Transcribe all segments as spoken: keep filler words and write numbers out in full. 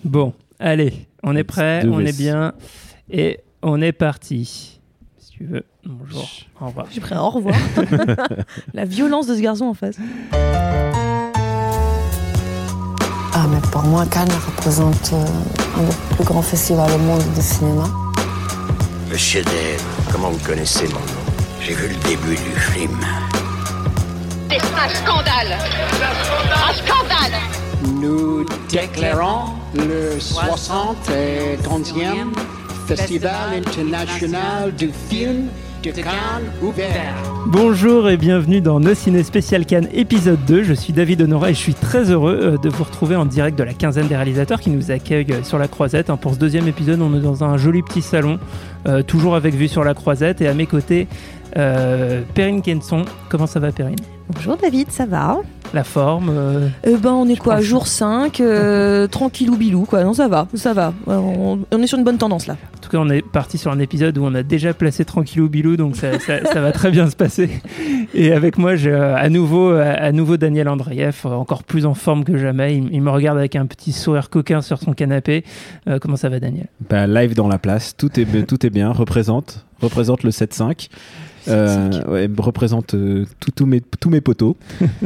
Bon, allez, on est prêt, on est bien et on est parti. Si tu veux, bonjour, au revoir. J'ai pris un au revoir. La violence de ce garçon en face. Ah, mais pour moi, Cannes représente euh, un des plus grands festivals au monde de cinéma. Monsieur Dave, comment vous connaissez mon nom? J'ai vu le début du film. C'est un scandale! Un scandale! Nous déclarons le soixante-quatorzième Festival international du film de Cannes ouvert. Bonjour et bienvenue dans Nos Ciné Spécial Cannes épisode deux. Je suis David Honora et je suis très heureux de vous retrouver en direct de la quinzaine des réalisateurs qui nous accueillent sur la Croisette. Pour ce deuxième épisode, on est dans un joli petit salon, euh, toujours avec vue sur la Croisette, et à mes côtés, euh, Perrine Kenson. Comment ça va, Perrine ? Bonjour David, ça va ? La forme euh... Euh, ben, on est quoi, jour cinq, euh, tranquillou bilou, quoi. Non, ça va, ça va. On, on est sur une bonne tendance là. En tout cas, on est parti sur un épisode où on a déjà placé tranquillou bilou, donc ça, ça, ça va très bien se passer. Et avec moi, j'ai euh, à nouveau, à nouveau Daniel Andreev, encore plus en forme que jamais. Il, il me regarde avec un petit sourire coquin sur son canapé. Euh, comment ça va, Daniel ? Bah, live dans la place, tout est, tout est bien, représente, représente le sept cinq. Euh, ouais, représente euh, tous mes, mes potos.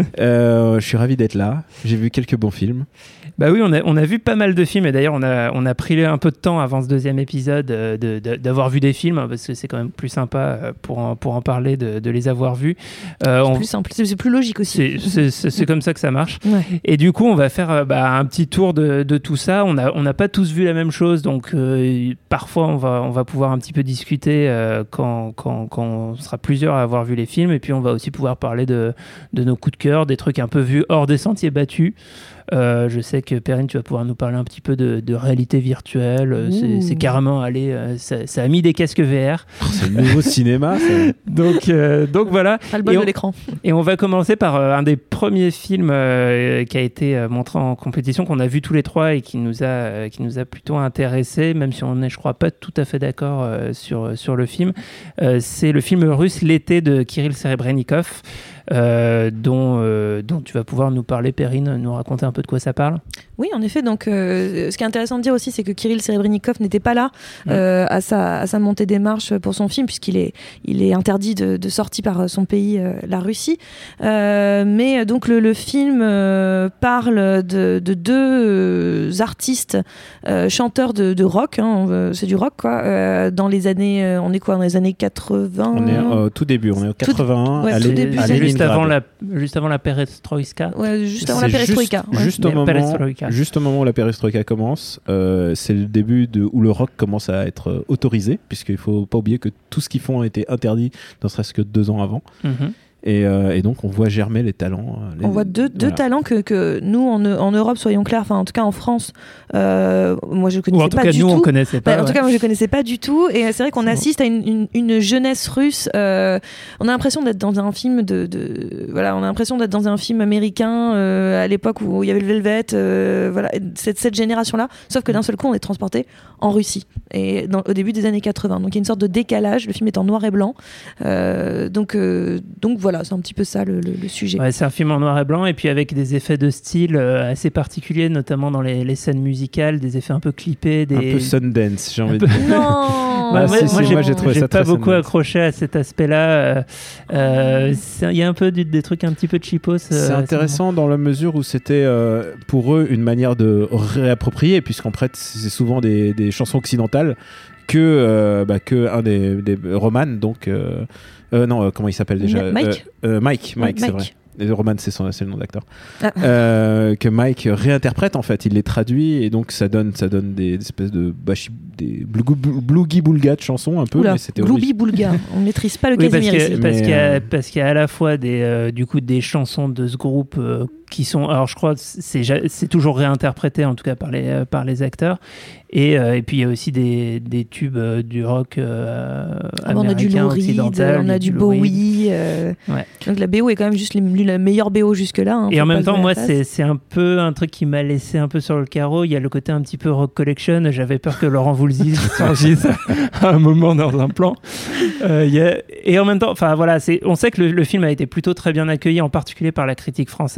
euh, je suis ravi d'être là. J'ai vu quelques bons films. Bah oui, on a, on a vu pas mal de films, et d'ailleurs on a, on a pris un peu de temps avant ce deuxième épisode euh, de, de, d'avoir vu des films, parce que c'est quand même plus sympa pour en, pour en parler, de, de les avoir vus. Euh, c'est on... plus simple, c'est, c'est plus logique aussi. C'est, c'est, c'est, c'est comme ça que ça marche. Ouais. Et du coup, on va faire bah, un petit tour de, de tout ça. On n'a on a pas tous vu la même chose, donc euh, parfois on va, on va pouvoir un petit peu discuter euh, quand, quand, quand on sera plusieurs à avoir vu les films, et puis on va aussi pouvoir parler de, de nos coups de cœur, des trucs un peu vus hors des sentiers battus. Euh, je sais que Perrine, tu vas pouvoir nous parler un petit peu de, de réalité virtuelle. C'est, c'est carrément allé, euh, ça, ça a mis des casques V R. Oh, c'est le nouveau cinéma. Ça. Donc, euh, donc voilà. Pas le bol de l'écran. Et on va commencer par euh, un des premiers films euh, qui a été euh, montré en compétition, qu'on a vu tous les trois et qui nous a, euh, qui nous a plutôt intéressés, même si on n'est, je crois, pas tout à fait d'accord euh, sur, sur le film. Euh, c'est le film russe L'été de Kirill Serebrennikov. Euh, dont, euh, dont tu vas pouvoir nous parler, Perrine, nous raconter un peu de quoi ça parle. Oui, en effet. Donc, euh, ce qui est intéressant de dire aussi, c'est que Kirill Serebrennikov n'était pas là euh, à, sa, à sa montée des marches pour son film, puisqu'il est, il est interdit de, de sortie par son pays, euh, la Russie. Euh, mais donc, le, le film euh, parle de, de deux euh, artistes euh, chanteurs de, de rock. Hein, c'est du rock, quoi. Euh, dans les années, euh, on est quoi, dans les années quatre-vingts. On est au euh, tout début. On est au quatre-vingt-un. Ouais, à tout début, à juste avant la, juste avant la perestroïka. Ouais, juste avant c'est la perestroïka. Juste, ouais. juste, au moment, juste au moment où la perestroïka commence, euh, c'est le début de, où le rock commence à être euh, autorisé, puisqu'il ne faut pas oublier que tout ce qu'ils font a été interdit, ne serait-ce que deux ans avant. Mm-hmm. Et, euh, et donc on voit germer les talents. Les, on voit deux, deux voilà. talents que, que nous en, en Europe, soyons clairs, enfin en tout cas en France, euh, moi je connaissais Ou en tout pas cas du nous tout. on connaissait pas. Bah, en ouais. tout cas moi je connaissais pas du tout, et c'est vrai qu'on c'est assiste bon. à une, une, une jeunesse russe. Euh, on a l'impression d'être dans un film de, de voilà, on a l'impression d'être dans un film américain euh, à l'époque où il y avait le Velvet, euh, voilà, cette, cette génération-là. Sauf que d'un seul coup on est transporté en Russie et dans, au début des années quatre-vingts. Donc il y a une sorte de décalage. Le film est en noir et blanc. Euh, donc euh, donc voilà, c'est un petit peu ça. Le, le, le sujet. Ouais, c'est un film en noir et blanc, et puis avec des effets de style euh, assez particuliers, notamment dans les, les scènes musicales, des effets un peu clippés. Des... Un peu Sundance, j'ai envie de dire. Non bah, ah, moi, si, moi, si, j'ai, moi j'ai trouvé j'ai ça pas très beaucoup Sundance. accroché à cet aspect-là. Il euh, euh, y a un peu du, des trucs un petit peu cheapos. Euh, c'est intéressant dans la mesure où c'était euh, pour eux une manière de réapproprier, puisqu'en fait c'est souvent des, des chansons occidentales que, euh, bah, que un des, des Roman, donc euh, euh, non, euh, comment il s'appelle déjà Mike euh, euh, Mike, Mike, Mike, c'est Mike. vrai. Et Roman, c'est, son, c'est le nom d'acteur. Ah. Euh, que Mike réinterprète, en fait. Il les traduit, et donc ça donne, ça donne des, des espèces de bachi, des blougi-boulga de chansons, un peu. Oula, mais c'était blougi-boulga. On ne maîtrise pas le oui, Casimir parce, ici. que, parce, mais qu'il y a, euh... parce qu'il y a à la fois des, euh, du coup, des chansons de ce groupe euh, qui sont... Alors, je crois que c'est, c'est toujours réinterprété, en tout cas, par les, euh, par les acteurs. Et, euh, et puis, il y a aussi des, des tubes euh, du rock euh, ah, américain, on a du Lou Reed, on a du Bowie. Euh, ouais. Donc, la B O est quand même juste les, la meilleure B O jusque-là. Hein, et en même temps, moi, c'est, c'est un peu un truc qui m'a laissé un peu sur le carreau. Il y a le côté un petit peu rock collection. J'avais peur que Laurent Voulzy surgisse à un moment dans un plan. Euh, y a... Et en même temps, enfin voilà, c'est... on sait que le, le film a été plutôt très bien accueilli, en particulier par la critique française. Il y a,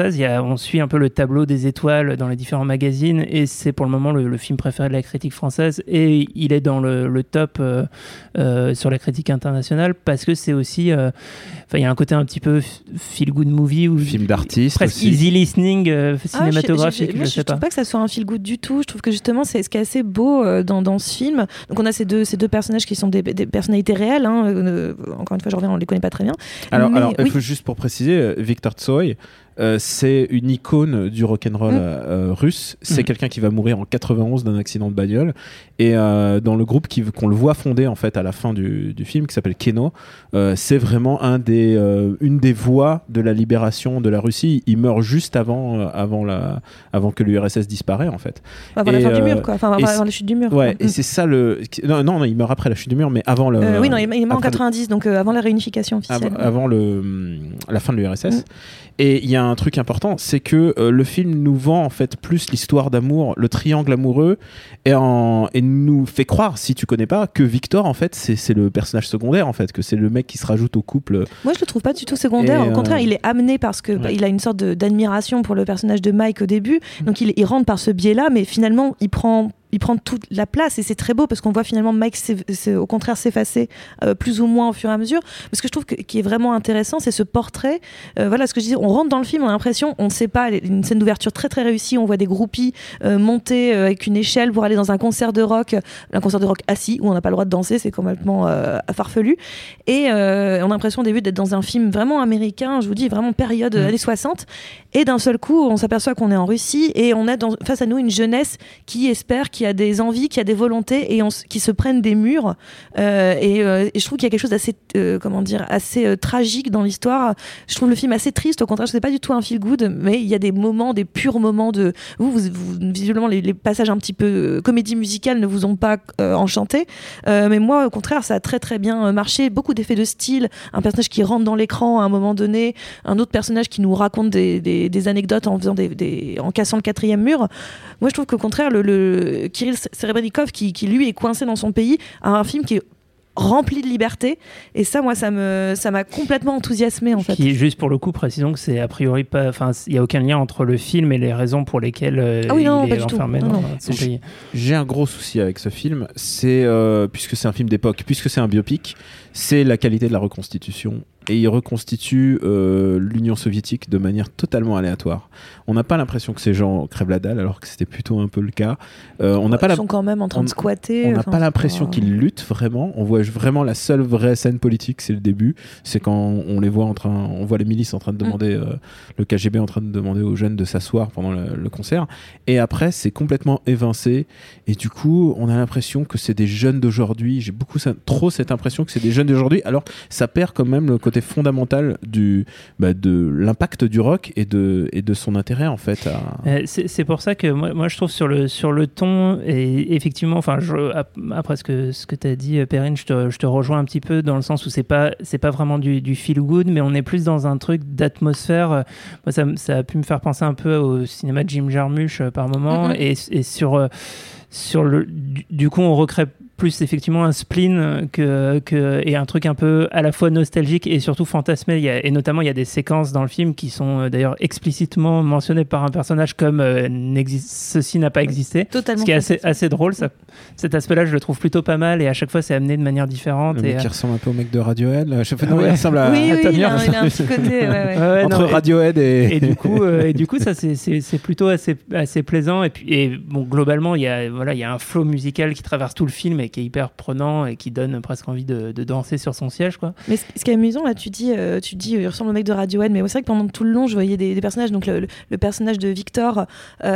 on suit un peu le tableau des étoiles dans les différents magazines et c'est pour le moment le, le film préféré de la critique française et il est dans le, le top euh, euh, sur la critique internationale parce que c'est aussi, enfin euh, il y a un côté un petit peu feel good movie ou film d'artiste, presque aussi. Easy listening euh, cinématographique. Ah, je, je, je, moi, je sais je pas. trouve pas que ça soit un feel good du tout. Je trouve que justement c'est ce qui est assez beau euh, dans, dans ce film. Donc on a ces deux ces deux personnages qui sont des, des personnalités réelles. Hein. Euh, encore une fois, je reviens, on les connaît pas très bien. Alors, Mais, alors oui. il faut juste pour préciser, Victor Tsoi, euh, c'est une icône du rock'n'roll mmh. euh, russe. C'est mmh. quelqu'un qui va mourir en quatre-vingt-onze d'un accident de bagnole. Et euh, dans le groupe qui, qu'on le voit fonder en fait à la fin du, du film, qui s'appelle Keno, euh, c'est vraiment un des, euh, une des voix de la libération de la Russie. Il meurt juste avant, euh, avant, la, avant que l'U R S S disparaît en fait. Avant et la fin euh, du mur, quoi. Enfin, avant, avant la chute du mur. Ouais, quoi. et mmh. c'est ça le. Non, non, non, il meurt après la chute du mur, mais avant le. Euh, oui, non, il est mort en quatre-vingt-dix, donc euh, avant la réunification officielle. Avant, avant le, la fin de l'U R S S. Mmh. Et il y a un truc important, c'est que euh, le film nous vend en fait plus l'histoire d'amour, le triangle amoureux, et, en, et nous fait croire, si tu connais pas, que Victor en fait c'est, c'est le personnage secondaire en fait, que c'est le mec qui se rajoute au couple. Moi je le trouve pas du tout secondaire, et au euh... contraire il est amené parce que ouais. bah, il a une sorte de, d'admiration pour le personnage de Mike au début, mmh. donc il, il rentre par ce biais-là, mais finalement il prend il prend toute la place et c'est très beau parce qu'on voit finalement Mike c'est, c'est, au contraire s'effacer euh, plus ou moins au fur et à mesure. Mais ce que je trouve que, qui est vraiment intéressant, c'est ce portrait. Euh, voilà ce que je disais, on rentre dans le film, on a l'impression, on ne sait pas, une scène d'ouverture très très réussie, on voit des groupies euh, monter euh, avec une échelle pour aller dans un concert de rock, un concert de rock assis où on n'a pas le droit de danser, c'est complètement euh, farfelu. Et euh, on a l'impression au début d'être dans un film vraiment américain, je vous dis vraiment période mmh. années soixante. Et d'un seul coup, on s'aperçoit qu'on est en Russie et on a dans, face à nous une jeunesse qui espère, qui a des envies, qui a des volontés et on, qui se prennent des murs. Euh, et, euh, et je trouve qu'il y a quelque chose d'assez, euh, comment dire, assez euh, tragique dans l'histoire. Je trouve le film assez triste. Au contraire, ce n'est pas du tout un feel good, mais il y a des moments, des purs moments de. Vous, vous, vous visiblement, les, les passages un petit peu euh, comédie musicale ne vous ont pas euh, enchanté. Euh, mais moi, au contraire, ça a très très bien marché. Beaucoup d'effets de style. Un personnage qui rentre dans l'écran à un moment donné, un autre personnage qui nous raconte des, des, des anecdotes en faisant des, des, en cassant le quatrième mur. Moi, je trouve qu'au contraire, le, le Kirill Serebrennikov, qui, qui lui est coincé dans son pays, a un film qui est rempli de liberté et ça moi ça me ça m'a complètement enthousiasmé en fait. Qui, juste pour le coup précisons que c'est a priori pas, enfin il y a aucun lien entre le film et les raisons pour lesquelles euh, ah oui, non, il pas est du enfermé tout. dans non, non. son pays. J'ai un gros souci avec ce film, c'est euh, puisque c'est un film d'époque, puisque c'est un biopic, c'est la qualité de la reconstitution. Et il reconstitue euh, l'Union soviétique de manière totalement aléatoire. On n'a pas l'impression que ces gens crèvent la dalle, alors que c'était plutôt un peu le cas. Euh, on n'a Ils pas la... sont quand même en train on... de squatter. On n'a pas l'impression pas... qu'ils luttent vraiment. On voit vraiment la seule vraie scène politique, c'est le début. C'est quand on les voit en train, on voit les milices en train de demander, mmh. euh, le K G B en train de demander aux jeunes de s'asseoir pendant le, le concert. Et après, c'est complètement évincé. Et du coup, on a l'impression que c'est des jeunes d'aujourd'hui. J'ai beaucoup ça, trop cette impression que c'est des jeunes d'aujourd'hui. Alors, ça perd quand même le côté fondamental du, bah de l'impact du rock et de, et de son intérêt en fait. À... Euh, c'est, c'est pour ça que moi, moi je trouve sur le, sur le ton, et effectivement, enfin, je, après ce que, ce que tu as dit, Perrine, je te, je te rejoins un petit peu dans le sens où c'est pas, c'est pas vraiment du, du feel good, mais on est plus dans un truc d'atmosphère. Moi, ça, ça a pu me faire penser un peu au cinéma de Jim Jarmusch par moment, mm-hmm. et, et sur, sur le, du, du coup, on recrée plus effectivement un spleen que, que, et un truc un peu à la fois nostalgique et surtout fantasmé. Il y a, et notamment, il y a des séquences dans le film qui sont euh, d'ailleurs explicitement mentionnées par un personnage comme euh, ceci n'a pas existé. Totalement. Ce qui est assez, assez drôle. Ça, cet aspect-là, je le trouve plutôt pas mal et à chaque fois, c'est amené de manière différente. Le et, mec qui euh... ressemble un peu au mec de Radiohead. Là. Je fais, non, ouais. il ressemble à, oui, à oui, Tamir. Il a, il a un petit côté. Ouais, ouais. Ouais, Entre non, Radiohead et. Et du coup, euh, et du coup ça, c'est, c'est, c'est plutôt assez, assez plaisant. Et, puis, et bon, globalement, il y a, voilà, il y a un flow musical qui traverse tout le film et qui est hyper prenant et qui donne presque envie de, de danser sur son siège, quoi. Mais ce, ce qui est amusant là, tu dis, euh, tu dis, il ressemble au mec de Radiohead, mais c'est vrai que pendant tout le long, je voyais des, des personnages. Donc le, le, le personnage de Victor,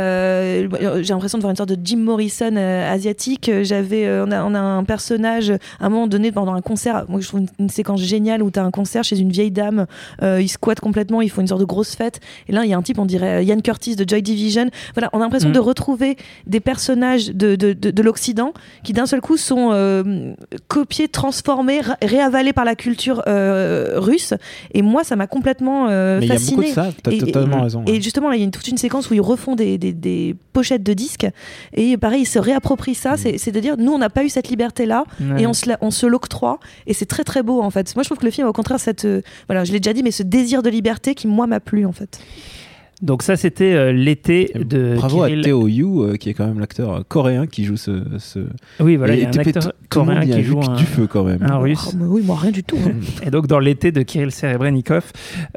euh, j'ai l'impression de voir une sorte de Jim Morrison euh, asiatique. J'avais, euh, on a, on a un personnage à un moment donné pendant un concert. Moi, je trouve une, une séquence géniale où tu as un concert chez une vieille dame. Euh, ils squattent complètement, ils font une sorte de grosse fête. Et là, il y a un type, on dirait Ian Curtis de Joy Division. Voilà, on a l'impression mmh. de retrouver des personnages de, de, de, de l'Occident qui d'un seul coup sont euh, copiés, transformés, ré- réavalés par la culture euh, russe. Et moi, ça m'a complètement euh, fasciné. Mais il y a beaucoup de ça, t'as et, totalement et, raison. Et justement, là, il y a une, toute une séquence où ils refont des, des, des pochettes de disques. Et pareil, ils se réapproprient ça. Mmh. C'est, c'est de dire, nous, on n'a pas eu cette liberté-là ouais. et on se, la, on se l'octroie. Et c'est très, très beau, en fait. Moi, je trouve que le film, au contraire, cette, euh, voilà, je l'ai déjà dit, mais ce désir de liberté qui, moi, m'a plu, en fait. Donc ça, c'était euh, l'été Et de bravo Kirill. à Teo Yu, euh, qui est quand même l'acteur coréen qui joue ce. ce... Oui, voilà, il y a un T P, acteur tout le monde coréen y a qui vu joue que un, du feu quand même. un russe. Oh, mais oui, moi rien du tout. hein. Et donc dans l'été de Kirill Serebrennikov,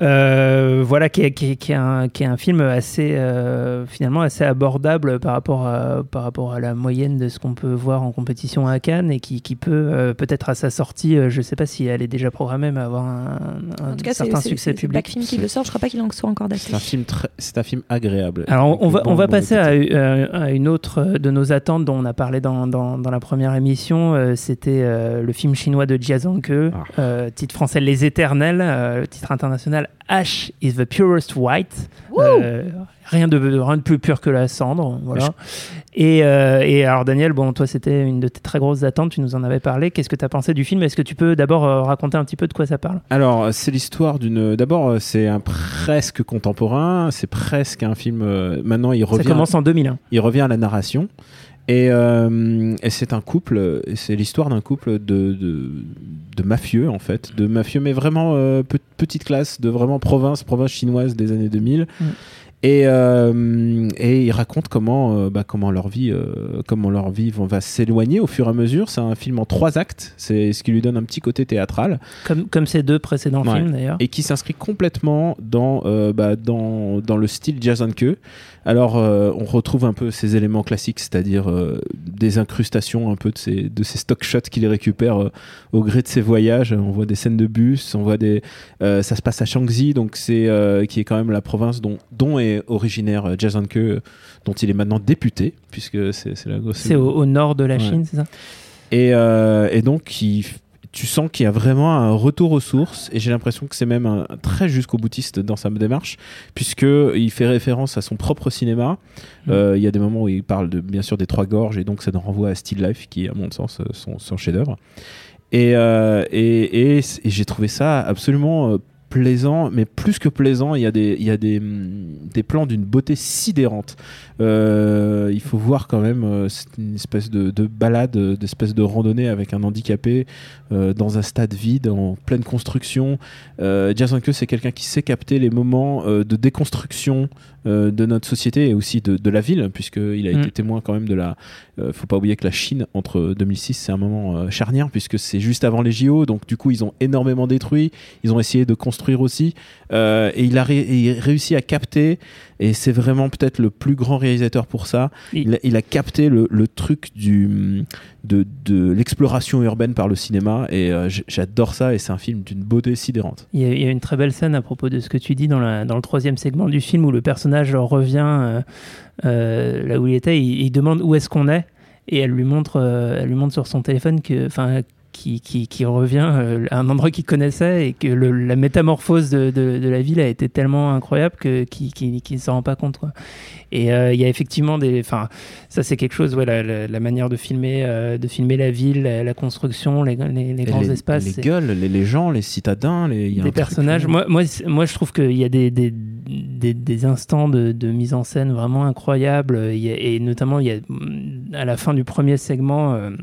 euh, voilà, qui est, qui, est, qui, est un, qui est un film assez, euh, finalement assez abordable par rapport, à, par rapport à la moyenne de ce qu'on peut voir en compétition à Cannes et qui, qui peut, euh, peut-être à sa sortie, euh, je ne sais pas si elle est déjà programmée, mais avoir un, un En tout cas, c'est, certain c'est, succès c'est, c'est public. Black Film qui le sort. Je crois pas qu'il en soit encore daté. C'est un film très, c'est un film agréable. Alors on va, Bon, on va bon, passer à, écoutez. à- à une autre de nos attentes dont on a parlé dans, dans, dans la première émission. Euh, c'était euh, le film chinois de Jia Zhangke, Ah. euh, titre français Les Éternels, euh, titre international Ash is the purest white. Euh, rien, de, rien de plus pur que la cendre. Voilà. Et, euh, et alors Daniel, bon, toi c'était une de tes très grosses attentes, tu nous en avais parlé. Qu'est-ce que tu as pensé du film ? Est-ce que tu peux d'abord euh, raconter un petit peu de quoi ça parle ? Alors, c'est l'histoire d'une. D'abord, c'est un presque contemporain. C'est presque un film. euh, Maintenant, il revient. Ça commence en deux mille un. Il revient à la narration. Et, euh, et c'est un couple. Et c'est l'histoire d'un couple de, de, de mafieux en fait, de mafieux, mais vraiment euh, pe- petite classe, de vraiment province, province chinoise des années deux mille. Mm. Et, euh, et il raconte comment, euh, bah, comment leur vie, euh, comment leur vie vont- va s'éloigner au fur et à mesure. C'est un film en trois actes. C'est ce qui lui donne un petit côté théâtral. Comme, comme ces deux précédents Ouais. films d'ailleurs. Et qui s'inscrit complètement dans, euh, bah, dans, dans le style Jia Zhangke. Alors, euh, on retrouve un peu ces éléments classiques, c'est-à-dire euh, des incrustations un peu de ces, de ces stock shots qu'il récupère euh, au gré de ses voyages. On voit des scènes de bus, on voit des, euh, ça se passe à Shaanxi, donc c'est, euh, qui est quand même la province dont, dont est originaire euh, Jia Zhangke, euh, dont il est maintenant député, puisque c'est, c'est la grosse... C'est au, au nord de la Ouais. Chine, c'est ça ? Et, euh, et donc, il, tu sens qu'il y a vraiment un retour aux sources, et j'ai l'impression que c'est même un, un très jusqu'au boutiste dans sa démarche, puisqu'il fait référence à son propre cinéma. Mmh. Euh, Il y a des moments où il parle de, bien sûr des Trois Gorges, et donc ça nous renvoie à Still Life, qui est à mon sens son, son chef-d'œuvre. Et, euh, et, et, et j'ai trouvé ça absolument... Euh, plaisant, mais plus que plaisant, il y a des, il y a des, des plans d'une beauté sidérante. Euh, il faut voir quand même, euh, c'est une espèce de, de balade, euh, d'espèce de randonnée avec un handicapé euh, dans un stade vide, en pleine construction. Euh, Jia Zhangke, c'est quelqu'un qui sait capter les moments euh, de déconstruction euh, de notre société et aussi de, de la ville, puisqu'il a Mm. été témoin quand même de la... Euh, faut pas oublier que la Chine, entre deux mille six, c'est un moment euh, charnière, puisque c'est juste avant les J O, donc du coup, ils ont énormément détruit, ils ont essayé de construire aussi, euh, et il a ré- il réussi à capter, et c'est vraiment peut-être le plus grand réalisateur pour ça, Il- il a, il a capté le, le truc du, de, de l'exploration urbaine par le cinéma, et euh, j- j'adore ça, et c'est un film d'une beauté sidérante. Il y, a, il y a une très belle scène à propos de ce que tu dis dans, la, dans le troisième segment du film où le personnage revient euh, euh, là où il était, il, il demande où est-ce qu'on est et elle lui montre, euh, elle lui montre sur son téléphone que, enfin, qui, qui, qui revient euh, à un endroit qu'il connaissait et que le, la métamorphose de, de, de la ville a été tellement incroyable que, qu'il qu'il- qu'il ne s'en rend pas compte, quoi. Et euh, il y a effectivement des, enfin, ça c'est quelque chose, ouais, la, la, la manière de filmer, euh, de filmer la ville, la, la construction, les, les, les Et grands les, espaces. les c'est- gueules, les, les gens, les citadins, les, il y a un des truc, personnages. euh, Moi, moi, c'est- moi, je trouve qu'il y a des, des, des, des instants de, de mise en scène vraiment incroyables. Il y a- et notamment, il y a, à la fin du premier segment, euh,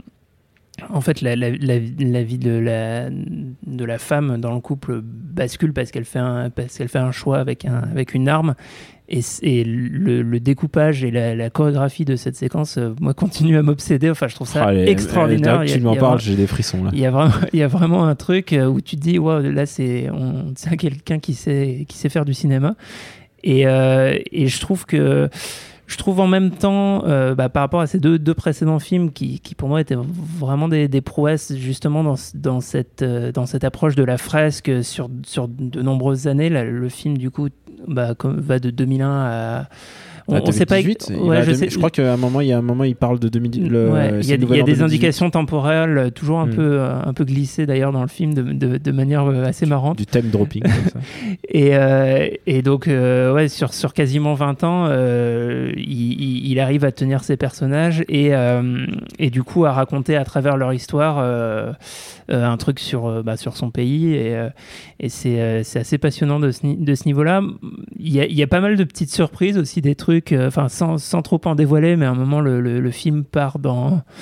en fait, la, la, la, la vie de la, de la femme dans le couple bascule parce qu'elle fait un, parce qu'elle fait un choix avec, un, avec une arme. Et, c- et le, le découpage et la, la chorégraphie de cette séquence, euh, moi, continue à m'obséder. Enfin, je trouve ça Ah, les- extraordinaire. les- Il y a- Tu m'en il y a parles, vraiment- j'ai des frissons là. il y a vraiment, il y a vraiment un truc euh, où tu te dis, waouh, là, c'est, on, c'est quelqu'un qui sait, qui sait faire du cinéma. Et, euh, et je trouve que, je trouve en même temps, euh, bah, par rapport à ces deux, deux précédents films qui, qui pour moi étaient vraiment des, des prouesses, justement, dans, dans, cette, euh, dans cette approche de la fresque sur, sur de nombreuses années. Là, le film, du coup, bah, comme, va de deux mille un à. On, Ah, on sait pas. deux mille dix-huit, il Ouais, va à je, deux sais, mille je crois qu'à un moment, il y a un moment, il parle de deux mille dix. Le, ouais, il y c'est a, le il y nouvel a an des deux mille dix-huit. indications temporelles, euh, toujours un, Mm. peu, euh, un peu glissées d'ailleurs dans le film de, de, de manière euh, assez marrante. Du thème dropping. Comme ça. Et, euh, et donc, euh, ouais, sur, sur quasiment vingt ans, euh, il, il- il arrive à tenir ses personnages et, euh, et du coup à raconter à travers leur histoire euh, euh, un truc sur, euh, bah, sur son pays. Et, euh, et c'est, euh, c'est assez passionnant de ce, ni- de ce niveau-là. Il y, a, il y a pas mal de petites surprises aussi, des trucs, enfin, sans, sans trop en dévoiler, mais à un moment, le, le, le film part dans.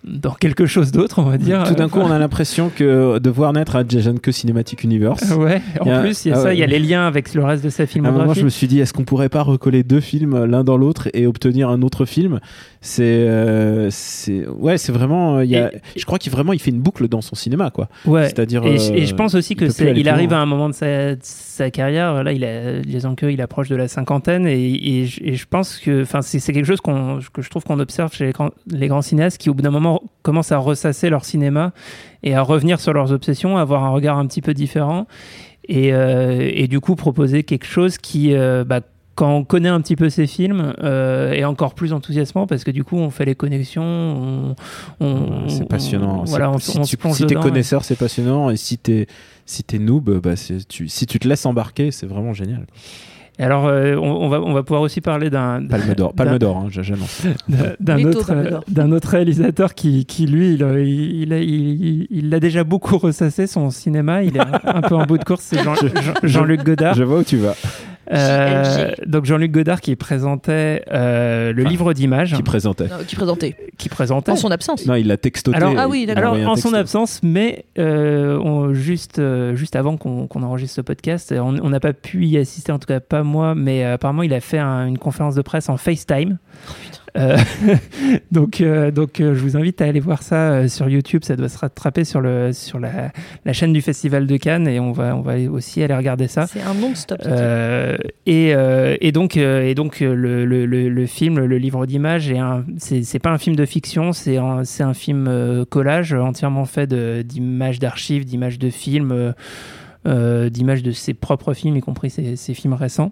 dans quelque chose d'autre, on va dire. Tout d'un coup, on a l'impression que de voir naître un Jason que Cinematic Universe. Ouais, en il y a, plus, il y a ah ça, ouais. il y a les liens avec le reste de sa À un filmographie. moment, je me suis dit, est-ce qu'on pourrait pas recoller deux films l'un dans l'autre et obtenir un autre film ? C'est, euh, c'est, ouais, c'est vraiment. Il y a, Et- je crois qu'il vraiment, il fait une boucle dans son cinéma, quoi. Ouais. C'est-à-dire. Et, je- euh, et je pense aussi que il peut plus c'est, aller il plus arrive loin. à un moment de sa, de sa carrière. Là, il a, disons que il approche de la cinquantaine, et, et, je- et je pense que, enfin, c'est, c'est quelque chose qu'on, que je trouve qu'on observe chez les grands, les grands cinéastes qui, au bout d'un moment, commencent à ressasser leur cinéma et à revenir sur leurs obsessions, à avoir un regard un petit peu différent, et, euh, et du coup proposer quelque chose qui, euh, bah, quand on connaît un petit peu ces films, euh, est encore plus enthousiasmant parce que du coup on fait les connexions, on, on- C'est passionnant. on- voilà, on, si on tu, se plonge si t'es dedans, connaisseur, c'est passionnant. Et si t'es, si t'es noob, bah, c'est, tu, si tu te laisses embarquer, c'est vraiment génial. et alors, euh, on, on va, on va pouvoir aussi parler d'un, Palme d'or, d'un- Palme d'or, hein, j'annonce. d'un, d'un Mytho, autre, Palme d'Or. d'un autre réalisateur qui, qui lui, il, il, il, a- il, il l'a déjà beaucoup ressassé son cinéma. Il est un, un peu en bout de course. C'est Jean, Jean- Jean-Luc Godard. Je vois où tu vas. Euh, donc Jean-Luc Godard qui présentait euh, le Enfin, livre d'images, Qui présentait. Non, qui présentait qui présentait. en son absence. Non, il l'a textoté. Alors- Ah oui, il a d'accord. Alors, envoyé un en son texto. absence, mais euh, on- juste, euh, juste avant qu'on, qu'on enregistre ce podcast, on on n'a pas pu y assister, en tout cas pas moi, mais euh, apparemment il a fait un- une conférence de presse en FaceTime. Euh, donc, euh, donc euh, je vous invite à aller voir ça euh, sur YouTube. Ça doit se rattraper sur, le, sur la, la chaîne du Festival de Cannes, et on va, on va aussi aller regarder ça. C'est un non-stop. ce Euh, et, euh, et donc, euh, et donc euh, le, le, le, le film, le livre d'images, est un, c'est, c'est pas un film de fiction, c'est un, c'est un film euh, collage entièrement fait de, d'images d'archives, d'images de films, euh, euh, d'images de ses propres films, y compris ses, ses films récents.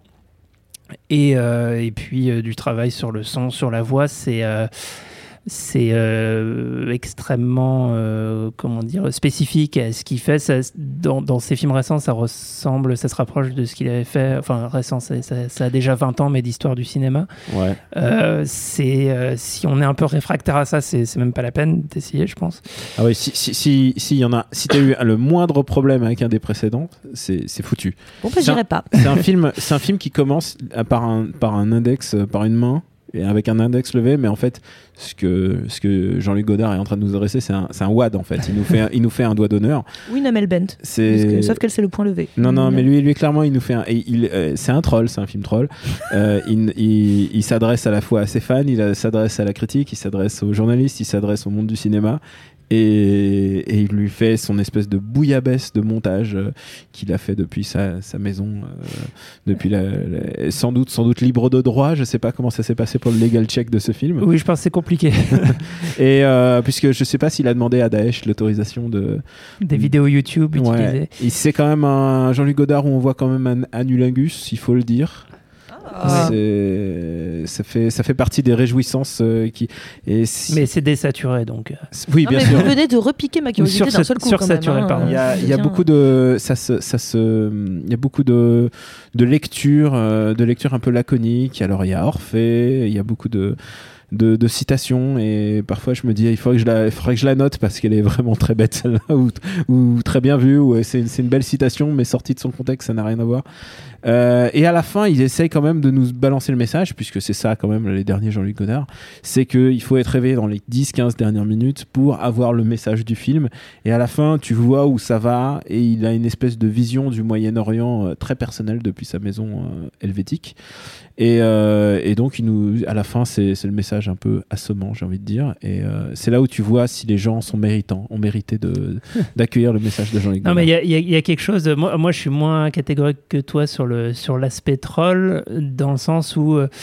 Et, euh, et puis euh, du travail sur le son, sur la voix, c'est euh, c'est euh, extrêmement euh, comment dire, spécifique à ce qu'il fait. Ça, dans, dans ses films récents, ça ressemble, ça se rapproche de ce qu'il avait fait. Enfin, récent, ça, ça, ça a déjà vingt ans, mais d'histoire du cinéma. Ouais. Euh, c'est, euh, si on est un peu réfractaire à ça, c'est, c'est même pas la peine d'essayer, je pense. Ah oui, si si si si y en a, si t'as eu le moindre problème avec un des précédents, c'est c'est foutu. Bon, bah, j'irai pas. C'est un film, c'est un film qui commence à- par un par un index, euh, par une main et avec un index levé, mais en fait, ce que ce que Jean-Luc Godard est en train de nous adresser, c'est un c'est un W A D en fait. Il nous fait un, il nous fait un doigt d'honneur. Oui, Namel Bent. Parce C'est que- Sauf qu'elle, c'est le point levé. non, non, mais lui, lui clairement, il nous fait un. et il, euh, c'est un troll, c'est un film troll. Euh, il, il, il s'adresse à la fois à ses fans, il euh, s'adresse à la critique, il s'adresse aux journalistes, il s'adresse au monde du cinéma. Et, et il lui fait son espèce de bouillabaisse de montage euh, qu'il a fait depuis sa, sa maison, euh, depuis la, la- sans doute, sans doute libre de droit. Je sais pas comment ça s'est passé pour le legal check de ce film. Oui, je pense que c'est compliqué. Et euh, puisque je sais pas s'il a demandé à Daesh l'autorisation de, Des vidéos YouTube Ouais. utilisées. Et c'est quand même un Jean-Luc Godard où on voit quand même un anulingus, il faut le dire. Ah. C'est- ça fait ça fait partie des réjouissances euh, qui. Et si- Mais c'est désaturé, donc. euh, oui, Non, bien mais sûr. vous venez de repiquer ma curiosité Sur- d'un seul coup. sursaturé, quand même, hein. pardon. Il y a, il y a Tiens. beaucoup de ça se, ça se il y a beaucoup de de lectures euh, de lectures un peu laconiques. Alors il y a Orphée, il y a beaucoup de de, de citations et parfois je me dis il faudrait que je la il faudrait que je la note parce qu'elle est vraiment très bête celle-là ou, ou très bien vue ou c'est une, c'est une belle citation mais sortie de son contexte, ça n'a rien à voir. Euh, et à la fin, ils essayent quand même de nous balancer le message, puisque c'est ça quand même les derniers Jean-Luc Godard, c'est qu'il faut être réveillé dans les dix quinze dernières minutes pour avoir le message du film. Et à la fin, tu vois où ça va, et il a une espèce de vision du Moyen-Orient euh, très personnelle depuis sa maison euh, helvétique. Et, euh, et donc, il nous, à la fin, c'est, c'est le message un peu assommant, j'ai envie de dire. Et euh, c'est là où tu vois si les gens sont méritants, ont mérité de, d'accueillir le message de Jean-Luc Non, Godard. mais il y a, il y a- il y a quelque chose. de- Moi, moi, je suis moins catégorique que toi sur, le, sur l'aspect troll, dans le sens où euh,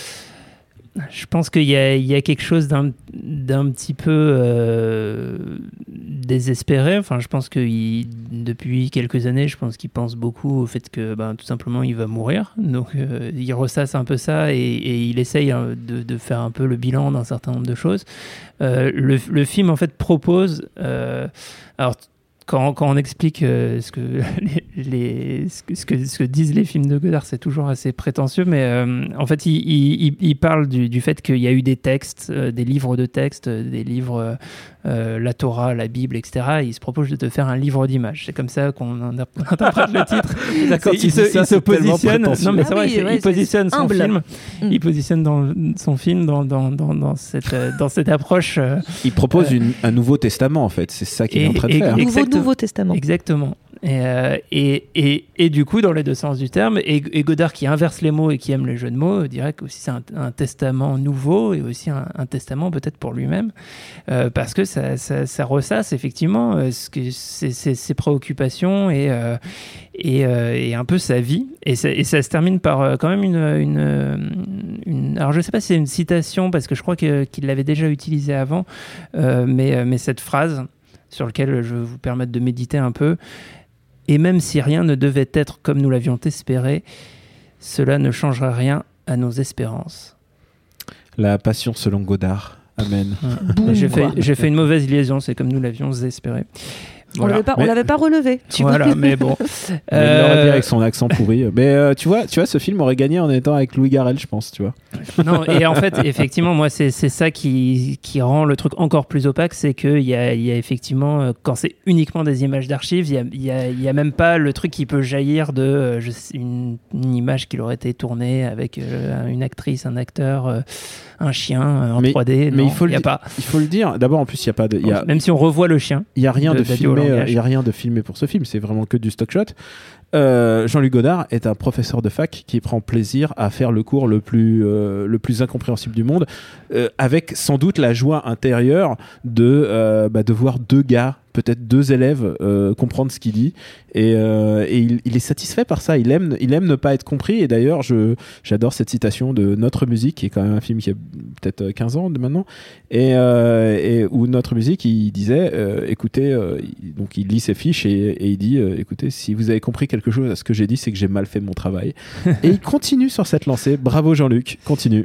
je pense qu'il y a, il y a quelque chose d'un, d'un petit peu euh, désespéré. Enfin, je pense que il- depuis quelques années, je pense qu'il pense beaucoup au fait que, ben, tout simplement, il va mourir. Donc, euh, il ressasse un peu ça et, et il essaye hein, de, de faire un peu le bilan d'un certain nombre de choses. Euh, le, le film, en fait, propose. Euh, alors, quand, quand on explique euh, ce, que les, les, ce, que, ce, que, ce que disent les films de Godard, c'est toujours assez prétentieux, mais euh, en fait, il, il, il parle du, du fait qu'il y a eu des textes, euh, des livres de textes, des livres, euh, la Torah, la Bible, et cetera. Et il se propose de te faire un livre d'images. C'est comme ça qu'on interprète le titre. D'accord, il se, ça, il se positionne. Non, mais c'est ah vrai, oui, il ouais, positionne son humble. film. Mm. Il positionne dans son film dans, dans, dans, dans, cette, dans cette approche. Euh, Il propose une, un Nouveau Testament, en fait. C'est ça qu'il et, est en train de et, faire. Nouveau, Exactement. Nouveau Testament. Exactement. Et, euh, et, et, et du coup, dans les deux sens du terme, et, et Godard qui inverse les mots et qui aime les jeux de mots, dirait que aussi c'est un, un testament nouveau et aussi un, un testament peut-être pour lui-même, euh, parce que ça, ça, ça ressasse effectivement euh, ce que ses, ses, ses préoccupations et, euh, et, euh, et un peu sa vie. Et ça, et ça se termine par euh, quand même une, une, une... Alors je ne sais pas si c'est une citation, parce que je crois que, qu'il l'avait déjà utilisée avant, euh, mais, mais cette phrase sur laquelle je vais vous permettre de méditer un peu. Et même si rien ne devait être comme nous l'avions espéré, cela ne changera rien à nos espérances. La passion selon Godard. Amen. Boum, j'ai, fait, quoi. j'ai fait une mauvaise liaison, c'est comme nous l'avions espéré. On Voilà. l'avait pas, on Mais- l'avait pas relevé. Tu Voilà, vois. mais bon. Mais il l'aurait Euh, dit avec son accent pourri. Mais euh, tu vois, tu vois, ce film aurait gagné en étant avec Louis Garrel, je pense, tu vois. Non, et en fait, effectivement, moi, c'est, c'est ça qui, qui rend le truc encore plus opaque, c'est qu'il y a, il y a effectivement, euh, quand c'est uniquement des images d'archives, il y a, il y a, il y a même pas le truc qui peut jaillir de euh, je sais, une, une image qui aurait été tournée avec euh, une actrice, un acteur, euh, un chien euh, en Mais- trois D. mais Non, il faut le y a di- pas. Il faut le dire. D'abord, en plus, il y a pas de, il y a, Même si on revoit le chien. il y a rien de- de, d'adieu au filmé. euh, langage. Il y a rien de filmé pour ce film. C'est vraiment que du stock shot. Euh, Jean-Luc Godard est un professeur de fac qui prend plaisir à faire le cours le plus, euh, le plus incompréhensible du monde, euh, avec sans doute la joie intérieure de, euh, bah, de voir deux gars, peut-être deux élèves, euh, comprendre ce qu'il dit. Et, euh, et il, il est satisfait par ça. Il aime, il aime ne pas être compris. Et d'ailleurs, je, j'adore cette citation de Notre Musique, qui est quand même un film qui a peut-être quinze ans de maintenant, et, euh, et où Notre Musique, il disait, euh, écoutez, euh, il- donc il lit ses fiches et, et il dit, euh, écoutez, si vous avez compris quelque chose à ce que j'ai dit, c'est que j'ai mal fait mon travail. Et il continue sur cette lancée. Bravo Jean-Luc, continue.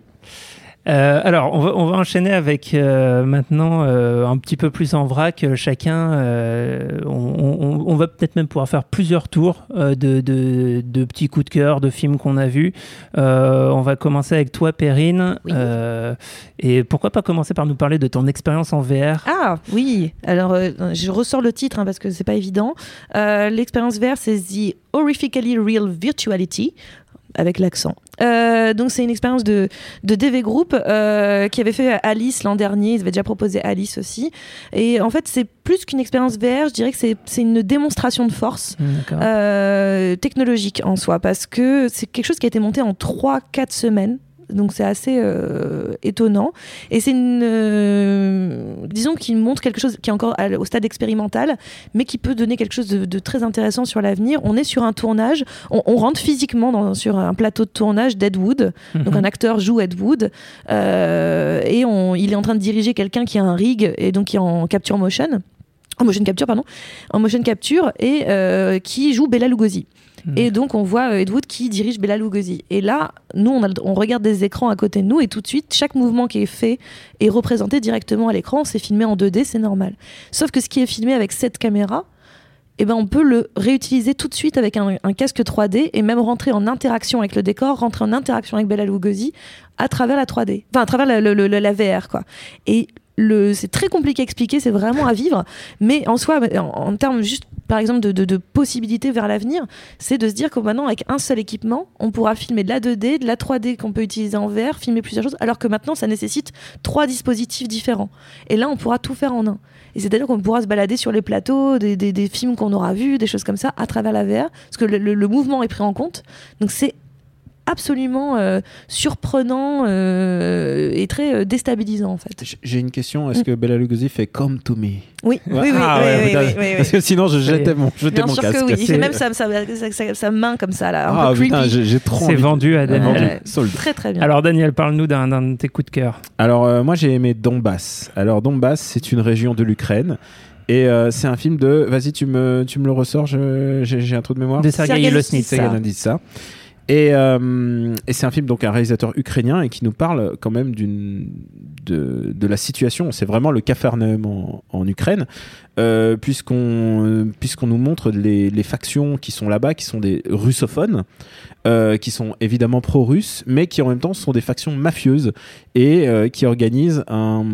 Euh, alors, on va, on va enchaîner avec euh, maintenant euh, un petit peu plus en vrac. euh, Chacun, euh, on, on, on va peut-être même pouvoir faire plusieurs tours euh, de, de, de petits coups de cœur, de films qu'on a vus. Euh, on va commencer avec toi, Perrine. Oui. Euh, et pourquoi pas commencer par nous parler de ton expérience en V R? Ah oui, alors euh, je ressors le titre hein, parce que c'est pas évident. Euh, l'expérience V R, c'est The Horrifically Real Virtuality, avec l'accent. Euh, donc c'est une expérience de, de D V Group euh, qui avait fait Alice l'an dernier. Ils avaient déjà proposé Alice aussi. Et en fait, c'est plus qu'une expérience V R, je dirais que c'est, c'est une démonstration de force D'accord. euh, technologique en soi, parce que c'est quelque chose qui a été monté en trois quatre semaines. Donc c'est assez euh, étonnant. Et c'est une... Euh, disons qu'il montre quelque chose qui est encore à- au stade expérimental, mais qui peut donner quelque chose de, de très intéressant sur l'avenir. On est sur un tournage, on, on rentre physiquement dans, sur un plateau de tournage d'Ed Wood. Donc Mhm. un acteur joue Ed Wood. Euh, et on, il est en train de diriger quelqu'un qui a un rig, et donc qui est en capture motion. En motion capture, pardon. En motion capture, et euh, qui joue Bela Lugosi. Mhm. Et donc, on voit euh, Ed Wood qui dirige Bela Lugosi. Et là, nous, on, a le- on regarde des écrans à côté de nous et tout de suite, chaque mouvement qui est fait est représenté directement à l'écran. C'est filmé en deux D, c'est normal. Sauf que ce qui est filmé avec cette caméra, eh ben, on peut le réutiliser tout de suite avec un, un casque trois D et même rentrer en interaction avec le décor, rentrer en interaction avec Bela Lugosi à travers la trois D. Enfin, à travers la, le- le- la V R, quoi. Et le, c'est très compliqué à expliquer, c'est vraiment à vivre. Mais en soi, en, en termes juste, par exemple, de, de, de possibilités vers l'avenir, c'est de se dire que maintenant, avec un seul équipement, on pourra filmer de la deux D, de la trois D qu'on peut utiliser en V R, filmer plusieurs choses, alors que maintenant, ça nécessite trois dispositifs différents. Et là, on pourra tout faire en un. Et c'est-à-dire qu'on pourra se balader sur les plateaux, des, des, des films qu'on aura vus, des choses comme ça, à travers la V R, parce que le, le, le mouvement est pris en compte. Donc c'est absolument euh, surprenant euh, et très euh, déstabilisant, en fait. J- J'ai une question. Est-ce que Bela Lugosi fait Come to Me? Oui, oui, oui, oui, Ah oui, ouais, oui, putain. oui, oui, oui. Parce que sinon, je jetais mon, jetais Bien mon sûr casque. que oui. Il fait C'est- même sa, sa, sa, sa- sa main comme ça, là, un Ah peu creepy. putain, j'ai, j'ai trop C'est envie de- vendu à Ouais, Daniel. Vendu. ouais. Sold. Très, très bien. Alors, Daniel, parle-nous d'un, d'un de tes coups de cœur. Alors euh, moi j'ai aimé Donbass. Alors Donbass c'est une région de l'Ukraine et euh, c'est un film de... Vas-y tu me, tu me le ressors, je- j'ai, j'ai un trou de mémoire. De Sergei Sergei Losnitsa. Sergei Losnitsa. Et, euh, et c'est un film, donc un réalisateur ukrainien, et qui nous parle quand même d'une, de, de la situation. C'est vraiment le Capharnaüm en, en Ukraine, euh, puisqu'on, puisqu'on nous montre les, les factions qui sont là-bas, qui sont des russophones, euh, qui sont évidemment pro-russes, mais qui en même temps sont des factions mafieuses et euh, qui organisent un,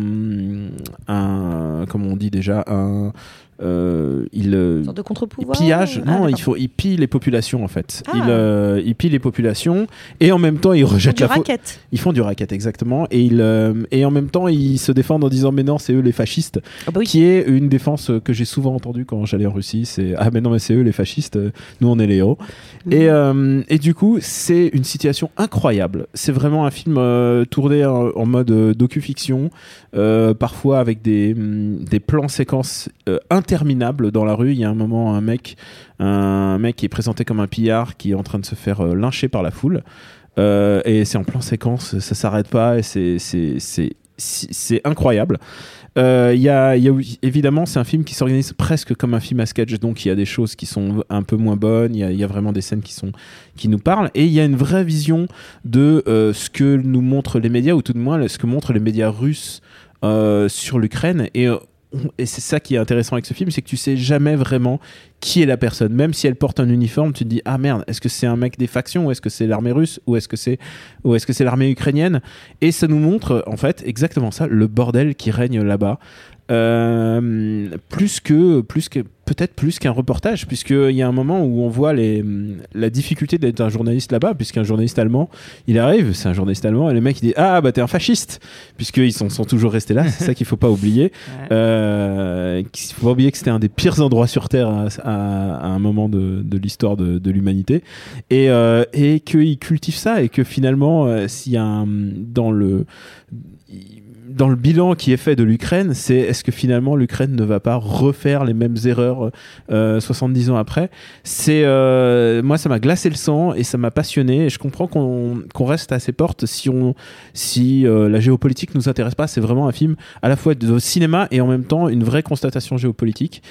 un, comment on dit déjà, un... Euh, il, Une sorte de contre-pouvoir. Pillage, Ah, non, d'accord. il faut, il pille les populations en fait. Ah. Il, euh, il pille les populations et en même temps il rejette Du la faute. racket. Ils font du racket exactement et il euh, et en même temps ils se défendent en disant mais non c'est eux les fascistes, Ah bah oui. qui est une défense que j'ai souvent entendue quand j'allais en Russie. C'est ah mais non mais c'est eux les fascistes, nous on est les héros. Mmh. Et euh, et du coup c'est une situation incroyable. C'est vraiment un film euh, tourné en, en mode euh, docu-fiction, euh, parfois avec des hum, des plans séquences euh, interminables dans la rue. Il y a un moment un mec un mec qui est présenté comme un pillard qui est en train de se faire euh, lyncher par la foule euh, et c'est en plan séquence, ça s'arrête pas et c'est c'est c'est c'est incroyable. Il euh, y a, y a évidemment c'est un film qui s'organise presque comme un film à sketch, donc il y a des choses qui sont un peu moins bonnes, il y a, y a vraiment des scènes qui sont qui nous parlent et il y a une vraie vision de euh, ce que nous montrent les médias, ou tout de moins ce que montrent les médias russes euh, sur l'Ukraine. Et euh, Et c'est ça qui est intéressant avec ce film, c'est que tu sais jamais vraiment qui est la personne. Même si elle porte un uniforme, tu te dis ah merde, est-ce que c'est un mec des factions, ou est-ce que c'est l'armée russe, ou est-ce que c'est ou est-ce que c'est l'armée ukrainienne. Et ça nous montre en fait exactement ça, le bordel qui règne là-bas. Euh, plus que plus que peut-être plus qu'un reportage, puisqu'il y a un moment où on voit les, la difficulté d'être un journaliste là-bas, puisqu'un journaliste allemand, il arrive, c'est un journaliste allemand, et le mec il dit ah bah t'es un fasciste, puisqu'ils sont, sont toujours restés là, c'est ça qu'il faut pas oublier. Ouais. Euh, il faut pas oublier que c'était un des pires endroits sur Terre à, à, à un moment de, de l'histoire de, de l'humanité, et, euh, et qu'ils cultivent ça, et que finalement, euh, s'il y a un, dans le... dans le bilan qui est fait de l'Ukraine, c'est est-ce que finalement l'Ukraine ne va pas refaire les mêmes erreurs euh, soixante-dix ans après. C'est, euh, moi, ça m'a glacé le sang et ça m'a passionné. Et je comprends qu'on, qu'on reste à ses portes si, on, si euh, la géopolitique ne nous intéresse pas. C'est vraiment un film à la fois de cinéma et en même temps une vraie constatation géopolitique.